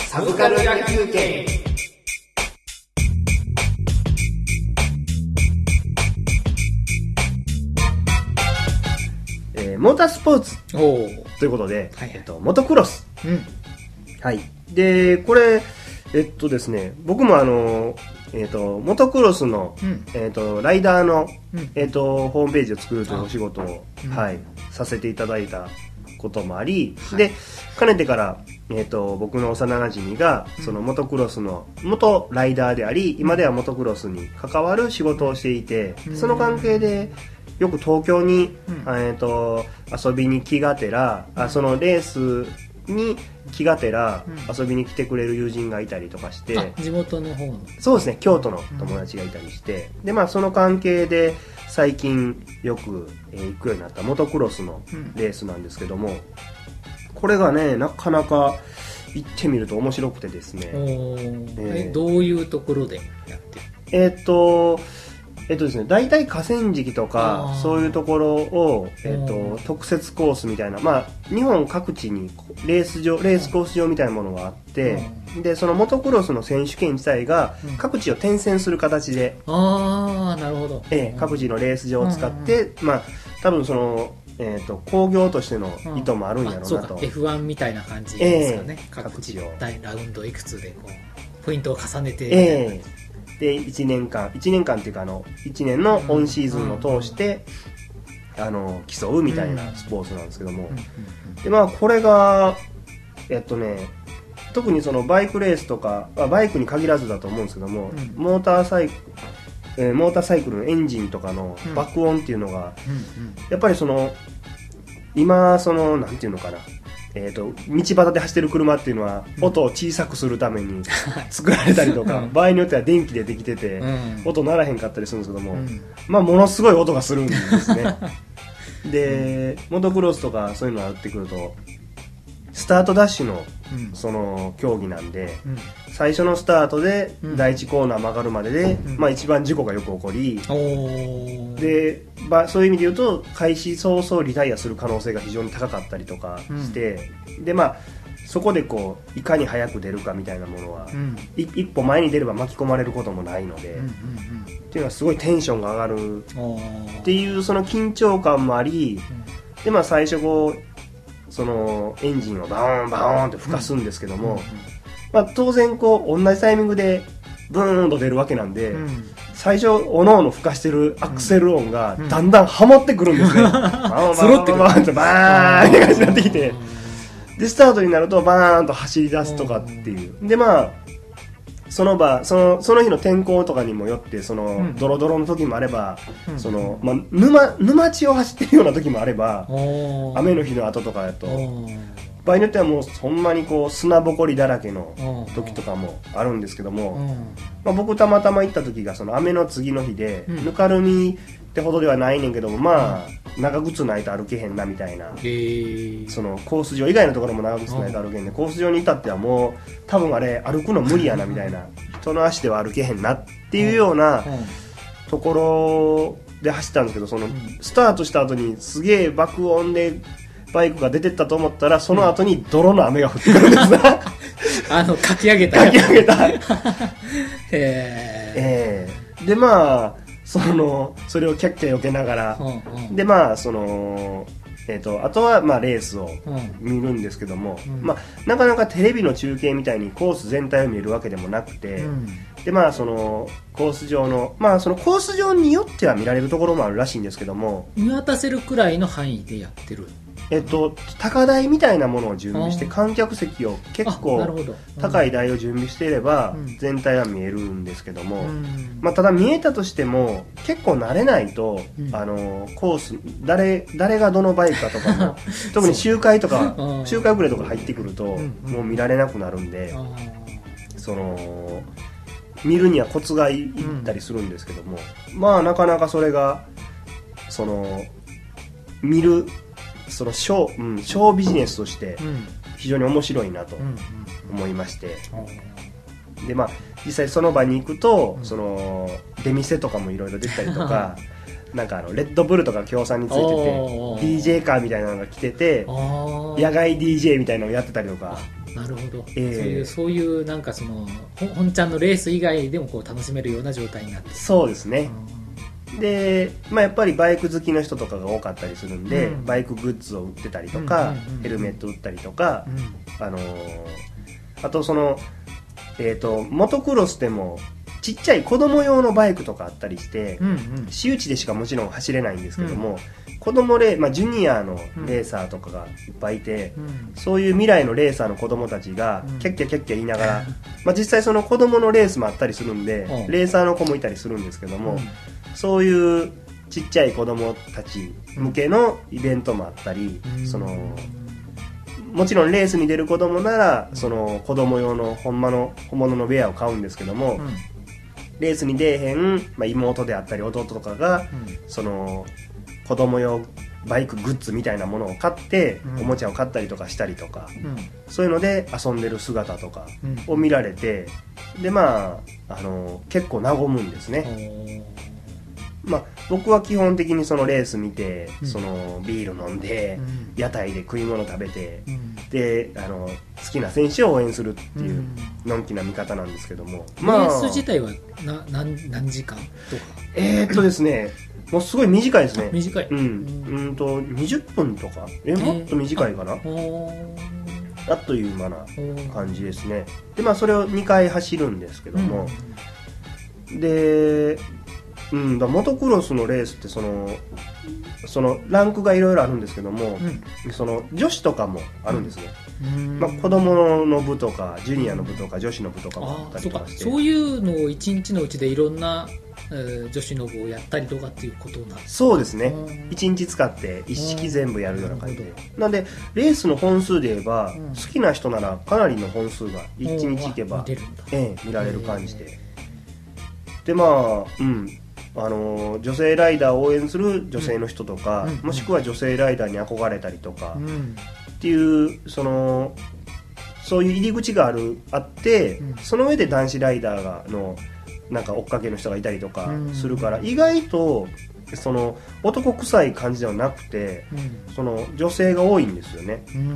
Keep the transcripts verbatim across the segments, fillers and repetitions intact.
サブカル野球券。えー、モータースポーツということで、はいはい、えっと、モトクロス、うん、はい。でこれえっとですね僕もあのえっとモトクロスの、うん、えっとライダーの、うん、えっとホームページを作るというお仕事を、うん、はいさせていただいたこともあり、はい、でかねてから、えー、と僕の幼なじみが、うん、そのモトクロスの元ライダーであり今ではモトクロスに関わる仕事をしていて、うん、その関係でよく東京に、うん、えー、と遊びに来がてら、うん、あそのレースに来がてら遊びに来てくれる友人がいたりとかして、 うん、地元の方のそうですね京都の友達がいたりして、うん、でまあその関係で最近よく、えー、行くようになったモトクロスのレースなんですけども、うん、これがねなかなか行ってみると面白くてですね、えー、えどういうところでやってるえー、っとえっとですね、大体河川敷とかそういうところを、えっと、特設コースみたいな、まあ、日本各地にレース場レースコース場みたいなものがあって、でそのモトクロスの選手権自体が各地を転戦する形で、 うん、あーなるほど、 えー、各地のレース場を使って、うん、まあ、多分その、えー、と工業としての意図もあるんやろうなと、うん、 そうか エフワン みたいな感じですかね、えー、各地をラウンドいくつでこうポイントを重ねて、 えーでいちねんかんいちねんかんっていうかあのいちねんのオンシーズンを通して、うん、あの競うみたいなスポーツなんですけども、うん、でまあこれがえっとね特にそのバイクレースとかバイクに限らずだと思うんですけども、うん、モーターサイクル、えー、モーターサイクルのエンジンとかの爆音っていうのが、うん、やっぱりその今そのなんていうのかなえー、と道端で走ってる車っていうのは音を小さくするために作られたりとか、うん、場合によっては電気でできてて、うん、音鳴らへんかったりするんですけども、うん、まあものすごい音がするんですねでモトクロスとかそういうのが打ってくるとスタートダッシュのその競技なんで、うん、最初のスタートで第一コーナー曲がるまでで、うん、まあ、一番事故がよく起こり、うん、で、まあ、そういう意味で言うと開始早々リタイアする可能性が非常に高かったりとかして、うん、でまあそこでこういかに早く出るかみたいなものは、うん、一歩前に出れば巻き込まれることもないので、うんうんうん、っていうのはすごいテンションが上がるっていうその緊張感もあり、うん、でまあ最初こうそのエンジンをバーンバーンって吹かすんですけども、うんうんうん、まあ、当然こう同じタイミングでブーンと出るわけなんで、うん、最初おのおの吹かしてるアクセル音がだんだんハモってくるんですね、うん、バーンバーンバーンってバーンって感じになってきて、でスタートになるとバーンと走り出すとかっていうでまあその場そのその日の天候とかにもよってその、うん、ドロドロの時もあれば、うん、そのまあ、沼沼地を走ってるような時もあれば雨の日の後とかだと場合によってはもうそんなにこう砂ぼこりだらけの時とかもあるんですけども、まあ、僕たまたま行った時がその雨の次の日で、うん、ぬかるみってほどではないねんけどもまあ、うん、長靴ないと歩けへんなみたいな、そのコース上以外のところも長靴ないと歩けへんねんコース上に至ってはもう多分あれ歩くの無理やなみたいな人の足では歩けへんなっていうようなところで走ったんですけど、そのスタートした後にすげえ爆音でバイクが出てったと思ったらその後に泥の雨が降ってくるんですなあのかき上げたかき上げたへえー、でまあそのそれをキャッキャ避けながら、うんうん、でまあそのえー、とあとはまあレースを見るんですけども、うんまあ、なかなかテレビの中継みたいにコース全体を見るわけでもなくて、うん、でまあそのコース上のまあそのコース上によっては見られるところもあるらしいんですけども見渡せるくらいの範囲でやってるえっと、高台みたいなものを準備して観客席を結構高い台を準備していれば全体は見えるんですけども、まあ、ただ見えたとしても結構慣れないと、うん、あのコース 誰, 誰がどのバイクかとかも特に周回とか周回遅れとか入ってくるともう見られなくなるんで、その見るにはコツがいったりするんですけども、まあなかなかそれがその見るそのショー、うん、ショービジネスとして非常に面白いなと思いまして、うん、でまあ実際その場に行くと、うん、その出店とかもいろいろ出たりとかなんかあのレッドブルとか協賛についてて ディージェー カーみたいなのが来てて野外 ディージェー みたいなのをやってたりとかなるほど、 えー、 そういうそういうなんかその本ちゃんのレース以外でもこう楽しめるような状態になってる。 そうですね、うん、で、まあ、やっぱりバイク好きの人とかが多かったりするんで、うん、バイクグッズを売ってたりとか、うんうんうんうん、ヘルメット売ったりとか、うん、あのー、あとその、えーと、モトクロスでもちっちゃい子供用のバイクとかあったりして、うんうん、私有地でしかもちろん走れないんですけども、うん、子供レー、まあ、ジュニアのレーサーとかがいっぱいいて、うん、そういう未来のレーサーの子供たちがキャッキャキャッキャ言いながら、うん、まあ、実際その子供のレースもあったりするんで、うん、レーサーの子もいたりするんですけども、うん、そういうちっちゃい子供たち向けのイベントもあったり、うん、そのもちろんレースに出る子供ならその子供用の本物の本物のウェアを買うんですけども、うん、レースに出えへん、まあ、妹であったり弟とかが、うん、その子供用バイクグッズみたいなものを買って、うん、おもちゃを買ったりとかしたりとか、うん、そういうので遊んでる姿とかを見られて、うん、でまあ、あの結構和むんですね。まあ、僕は基本的にそのレース見て、うん、そのビール飲んで、うん、屋台で食い物食べて、うん、であの好きな選手を応援するっていうのんきな見方なんですけども、 うん、まあ、レース自体はな 何, 何時間とかえーっとですねもうすごい短いですね。 短い、 うん、うんとにじゅっぷんとかえもっと短いかな、えー、あ, あっという間な感じですね。でまあそれをにかい走るんですけども、うん、でうん、だモトクロスのレースってそのそのランクがいろいろあるんですけども、うん、その女子とかもあるんですね、うんまあ、子供の部とかジュニアの部とか女子の部とかもあったりとかして、 そうか、そういうのを一日のうちでいろんな、えー、女子の部をやったりとかっていうことなんですか。 そうですね、一日使って一式全部やるような感じで、なんでレースの本数で言えば、うん、好きな人ならかなりの本数が一日行けば見れるんだ、ええ、見られる感じで、でまあうんあの女性ライダーを応援する女性の人とか、うん、もしくは女性ライダーに憧れたりとか、うん、っていうそのそういう入り口があるあって、うん、その上で男子ライダーがのなんか追っかけの人がいたりとかするから、うん、意外とその男臭い感じではなくて、うん、その女性が多いんですよね、うん、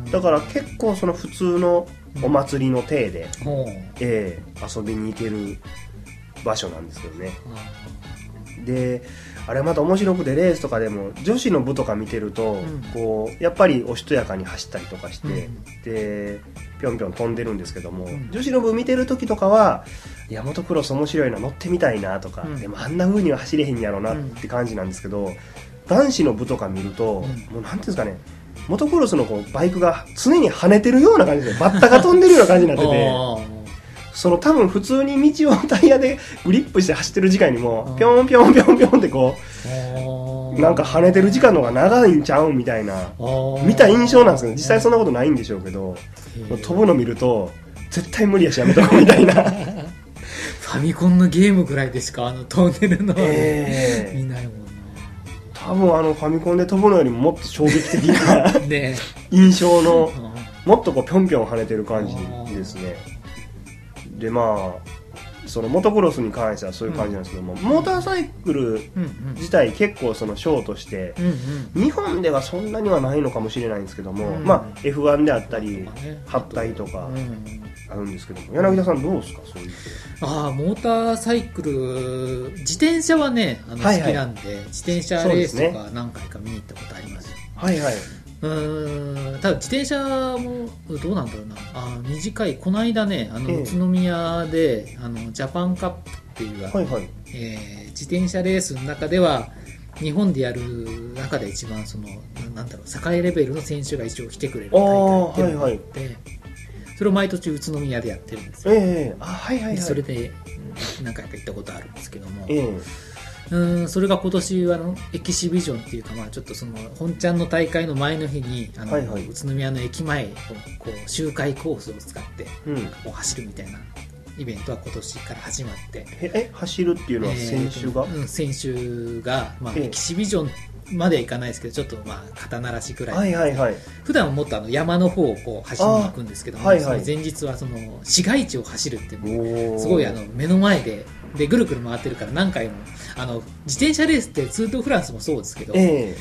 だから結構その普通のお祭りの体で、うんえー、遊びに行ける場所なんですけどね、うん、であれまた面白くてレースとかでも女子の部とか見てると、うん、こうやっぱりおしとやかに走ったりとかして、うん、でぴょんぴょん飛んでるんですけども、うん、女子の部見てる時とかはいやモトクロス面白いな乗ってみたいなとか、うん、でもあんな風には走れへんやろなって感じなんですけど、男子の部とか見ると、うん、もうなんていうんですかねモトクロスのこうバイクが常に跳ねてるような感じでバッタが飛んでるような感じになっててその多分普通に道をタイヤでグリップして走ってる時間にもピョンピョンピョンピョンってこうなんか跳ねてる時間の方が長いんちゃうみたいな見た印象なんですけど、実際そんなことないんでしょうけど、飛ぶの見ると絶対無理やしやめとこうみたいなファミコンのゲームぐらいでしかあの飛んでるのは、えー、見ないもんな。 多分あのファミコンで飛ぶのよりももっと衝撃的なね印象のもっとこうピョンピョン跳ねてる感じですね。でまあそのモトクロスに関してはそういう感じなんですけども、うん、モーターサイクル自体結構そのショーとして、うんうん、日本ではそんなにはないのかもしれないんですけども、うん、まあ エフワン であったりはったりとかあるんですけども、柳田さんどうですかそういう。 ああモーターサイクル自転車はねあの好きなんで、はいはい、自転車レースとか何回か見に行ったことあります。 はいはい。 うーんただ自転車もどうなんだろうなあ短いこの間ねあの、ええ、宇都宮であのジャパンカップっていう、はいはいえー、自転車レースの中では日本でやる中で一番そのなんだろう世界レベルの選手が一応来てくれる大会っていうのがあって、はいはい、それを毎年宇都宮でやってるんですよ、えーあはいはいはい、それで何回か行ったことあるんですけども、えーうんそれが今年はのエキシビジョンっていうか、まあ、ちょっとその本ちゃんの大会の前の日にあの、はいはい、宇都宮の駅前をこう周回コースを使って、うん、こう走るみたいなイベントは今年から始まってえ走るっていうのは選手が、えーうん、選手が、まあえー、エキシビジョンまではいかないですけどちょっとまあ肩慣らしくらい、はいはいはい、普段はもっとあの山の方をこう走りに行くんですけども、はいはい、その前日はその市街地を走るっていうすごいあの目の前ででぐるぐる回ってるから何回もあの自転車レースってツートフランスもそうですけど、えー、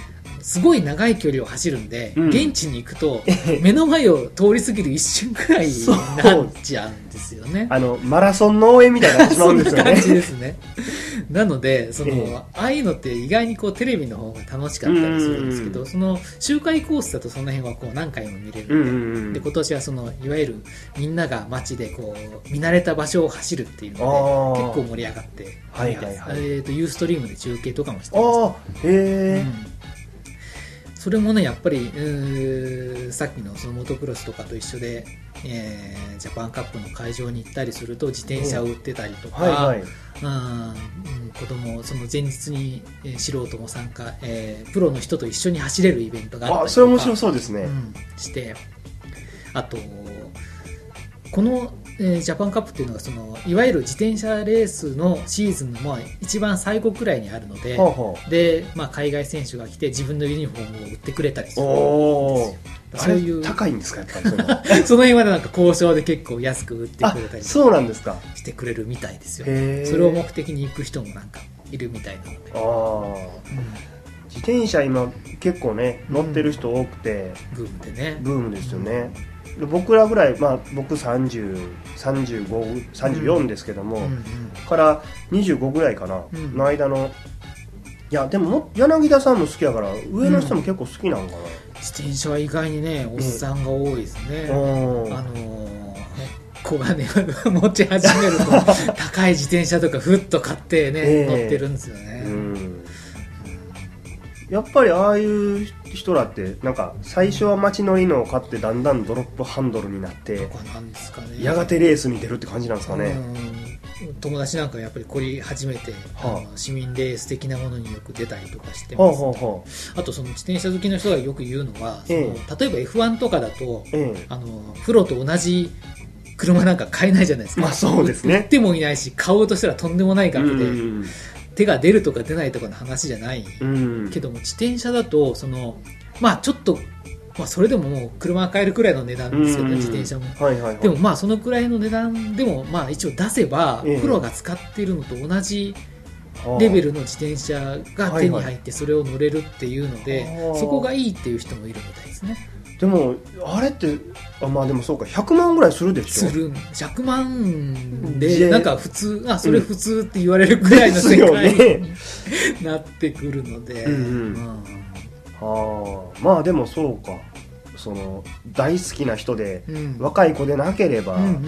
すごい長い距離を走るんで、うん、現地に行くと目の前を通り過ぎる一瞬くらいになっちゃうんですよね。 あのマラソンの応援みたいになってしまうんですよね。 そんな感じですね。なのでその、えー、ああいうのって意外にこうテレビの方が楽しかったりするんですけど、その周回コースだとその辺はこう何回も見れるので、うんうんうん、で今年はそのいわゆるみんなが街でこう見慣れた場所を走るっていうので結構盛り上がって、 はいはいはい、 えーとユーストリームで中継とかもしてました。 あへー、うんそれもねやっぱりさっきのそのモトクロスとかと一緒で、えー、ジャパンカップの会場に行ったりすると自転車を売ってたりとか、うんはいはい、うん、子供その前日に、えー、素人も参加、えー、プロの人と一緒に走れるイベントがあったりとか、 あそれ面白そうですね、うん、 してあとこの、えー、ジャパンカップっていうのがそのいわゆる自転車レースのシーズンの、まあ、一番最後くらいにあるので、ほうほうで、まあ、海外選手が来て自分のユニフォームを売ってくれたりするんですよ。そういう高いんですかやっぱりそのその辺はなんか交渉で結構安く売ってくれたりそうなんですかしてくれるみたいですよ。それを目的に行く人もなんかいるみたいなので、あ、 うん、自転車今結構ね乗ってる人多くて、 うん、ブームでねブームですよね、うん、僕らぐらい、まあ、僕さんじゅう、さんじゅうご、さんじゅうよんですけども、うんうんうん、からにじゅうごぐらいかな、うん、の間のいやでも柳田さんも好きやから上の人も結構好きなのかな、うん、 自転車は意外にねおっさんが多いですね、うん、あのー、小金を持ち始めると高い自転車とかふっと買ってね、えー、乗ってるんですよね、うん、 やっぱりああいう人らってなんか最初は街乗りのを買ってだんだんドロップハンドルになってなんですか、ね、 やがてレースに出るって感じなんですかね。 うん、友達なんかやっぱりこり始めて、はあ、市民レース的なものによく出たりとかしてます、ね、はあはあ、あとその自転車好きの人がよく言うのは、ええ、その例えば エフワン とかだと、ええ、あのプロと同じ車なんか買えないじゃないですか、 まあ、そうですね、 売ってもいないし買おうとしたらとんでもない額で、うんうん、手が出るとか出ないとかの話じゃない、うん、けども自転車だとそのまあちょっとまあ、それでももう車が買えるくらいの値段ですよね、自転車も、はいはいはい、でもまあそのくらいの値段でもまあ一応出せば、ええ、プロが使っているのと同じレベルの自転車が手に入ってそれを乗れるっていうので、はいはい、そこがいいっていう人もいるみたいですね。 でもあれってあまあでもそうかひゃくまんぐらいするでしょ。 するひゃくまんでなんか普通あそれ普通って言われるくらいの世界に、ね、なってくるので、うんうんまあはあ、まあでもそうかその大好きな人で、うん、若い子でなければ、うんうんうん、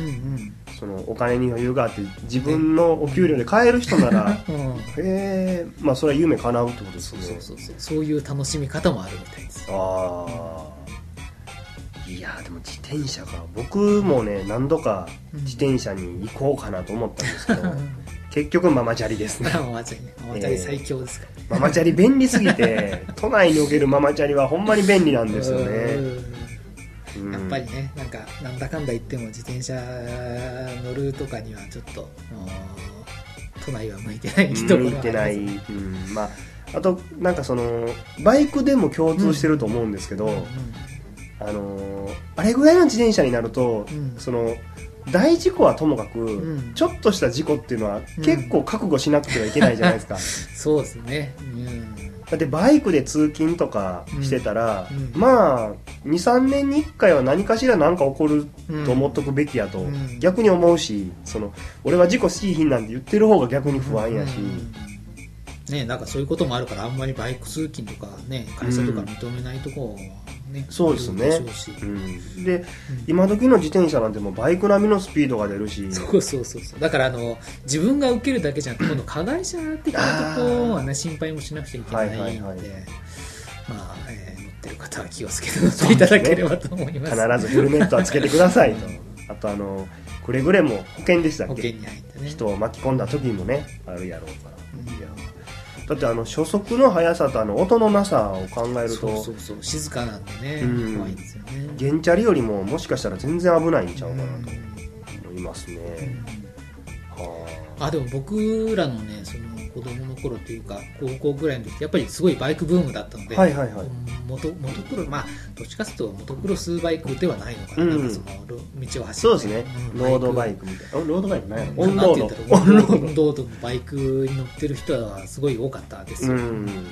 そのお金に余裕があって自分のお給料で買える人なら、うん、へえまあそれは夢叶うってことですね。 そうそうそうそういう楽しみ方もあるみたいです。 ああ、いやでも自転車か僕もね何度か自転車に行こうかなと思ったんですけど、うん、結局ママチャリですね。 ママチャリねママチャリ最強ですから、ねえー、ママチャリ便利すぎて都内におけるママチャリはほんまに便利なんですよね。 うん、やっぱりねなんかなんだかんだ言っても自転車乗るとかにはちょっと都内は向いてない人も向いてない、うんまあ、あとなんかそのバイクでも共通してると思うんですけど、うんうんうん、あのあれぐらいの自転車になると、うん、その大事故はともかく、うん、ちょっとした事故っていうのは結構覚悟しなくてはいけないじゃないですか、うん、 そうですね、うんだってバイクで通勤とかしてたら、うんうん、まあ にさんねんにいっかいは何かしら何か起こると思っとくべきやと逆に思うし、その俺は事故しいひんなんて言ってる方が逆に不安やし、うんうんね、なんかそういうこともあるからあんまりバイク通勤とか、ね、会社とか認めないとこはね、 うん、そうですね、うん、で、うん、今時の自転車なんてもうバイク並みのスピードが出るし、 そうそうそうそうだからあの自分が受けるだけじゃなくて今度加害者的なところは、ね、心配もしなくちゃいけないので、はいはいはい、まあえー、乗ってる方は気をつけて乗っていただければと思います、 ね、必ずヘルメットはつけてくださいとあとあのくれぐれも保険でしたっけ、 保険に入ってね、 人を巻き込んだ時にもねあるやろうから、うん、いやだってあの初速の速さとあの音のなさを考えるとそうそうそう静かなんでね、うん、怖いんですよね。 原チャリよりももしかしたら全然危ないんちゃうかなと思いますね、 うんはあ、あでも僕らのねその子供の頃というか高校ぐらいの時やっぱりすごいバイクブームだったので、はいはいはい、モト、モトクロまあどっちかというとモトクロスバイクではないのかな、うん、なんかその道を走る、 そうですね、うん、ロードバイクみたいなロードバイクないオンロードオンロードのバイクに乗ってる人はすごい多かったですよ、うん、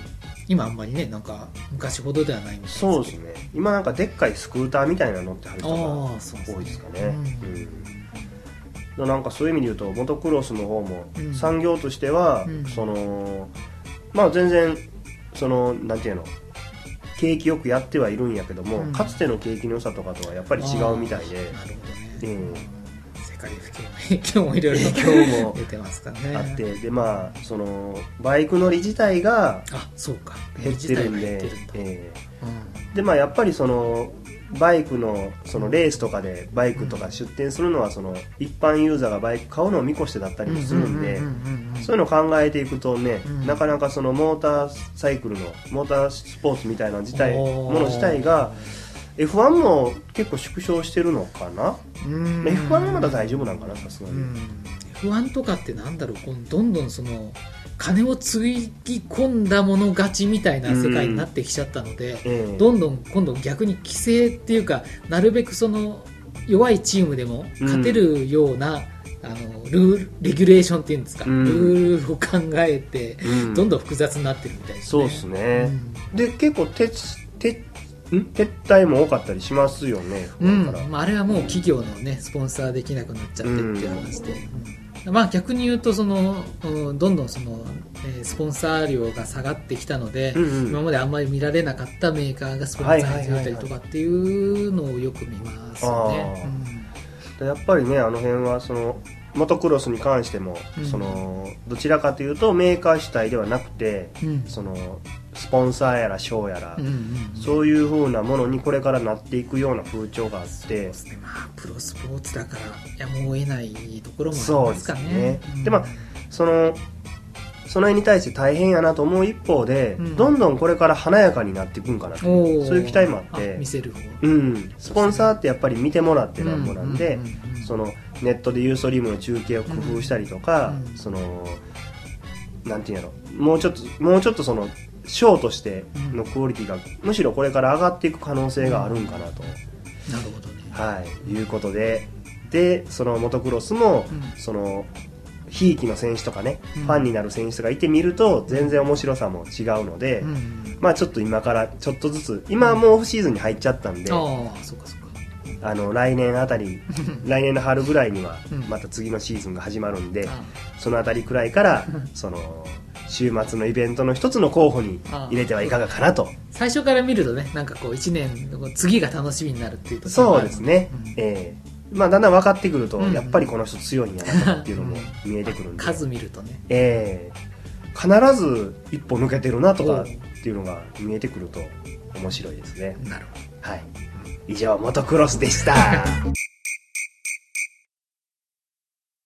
今あんまりねなんか昔ほどではないみたいです。 そうですね。今なんかでっかいスクーターみたいなの乗ってはる人がああそうですね多いですかね。 うんうん、なんかそういう意味で言うとモトクロスの方もうん産業としては、 うんそのまあ全然そのなんていうの景気よくやってはいるんやけども、 うんかつての景気の良さとかとはやっぱり違うみたいで、 なるほどね、 うん世界不景の影響もいろいろと影響も出てますからね。 あってでまあそのバイク乗り自体があそうか減ってるん自体でが減ってるんだ、 えうんーでまあやっぱりそのバイクのそのレースとかでバイクとか出店するのはその一般ユーザーがバイク買うのを見越してだったりもするんで、 うんうんうんうんうんそういうのを考えていくとね、 うんなかなかそのモーターサイクルのモータースポーツみたいな自体おーもの自体が エフワン も結構縮小してるのかな、 うんエフワン はまだ大丈夫なんかなさすがに、 うん、エフワン とかってなんだろうこうどんどんその金をつぎ込んだもの勝ちみたいな世界になってきちゃったので、 ええどんどん今度逆に規制っていうかなるべくその弱いチームでも勝てるような、あのルールレギュレーションっていうんですか、 うんルールを考えて、 うんどんどん複雑になってるみたいですね。 そうですね、 うんで結構撤撤ん撤退も多かったりしますよね、 うんだからまあ、あれはもう企業のねスポンサーできなくなっちゃってっていう話で、うんまあ、逆に言うとそのうんどんどんその、えースポンサー料が下がってきたので、 うんうん今まであんまり見られなかったメーカーがスポンサーに始めたりとかっていうのをよく見ますよね。 でやっぱりねあの辺はそのモトクロスに関しても、 うんそのどちらかというとメーカー主体ではなくて、 うんそのスポンサーやら賞やら、 うんうんうんそういう風なものにこれからなっていくような風潮があっそうてですね、まあ、プロスポーツだからやむを得ないところもありそうですますかね。 ね、 うんでまあそのその辺に対して大変やなと思う一方で、 うんどんどんこれから華やかになっていくんかなと、 おーそういう期待もあって見せる方うん、スポンサーってやっぱり見てもらってなんぼなんで、 うんうんうんうんそのネットでユーストリームの中継を工夫したりとか、 うんそのなんていうんやろもうちょっともうちょっとそのショーとしてのクオリティがむしろこれから上がっていく可能性があるんかなと、 なるほどね。 はい、いうことででそのモトクロスも、 うんそのひいきの選手とかね、 うんファンになる選手とかいてみると全然面白さも違うので、 うんまあちょっと今からちょっとずつ今はもうオフシーズンに入っちゃったんで、 ああそうかそうか。 あの来年あたり来年の春ぐらいにはうんまた次のシーズンが始まるんで、 あそのあたりくらいからその週末のイベントの一つの候補に入れてはいかがかなと。 最初から見るとねなんかこういちねんの次が楽しみになるっていうところそうもあるですね、 うんええまあだんだん分かってくると、 うんやっぱりこの人強いんやなとかっていうのも見えてくるんで、 数見るとね。 ええ必ず一歩抜けてるなとかっていうのが見えてくると面白いですね。 なるほど。 はい、以上モトクロスでした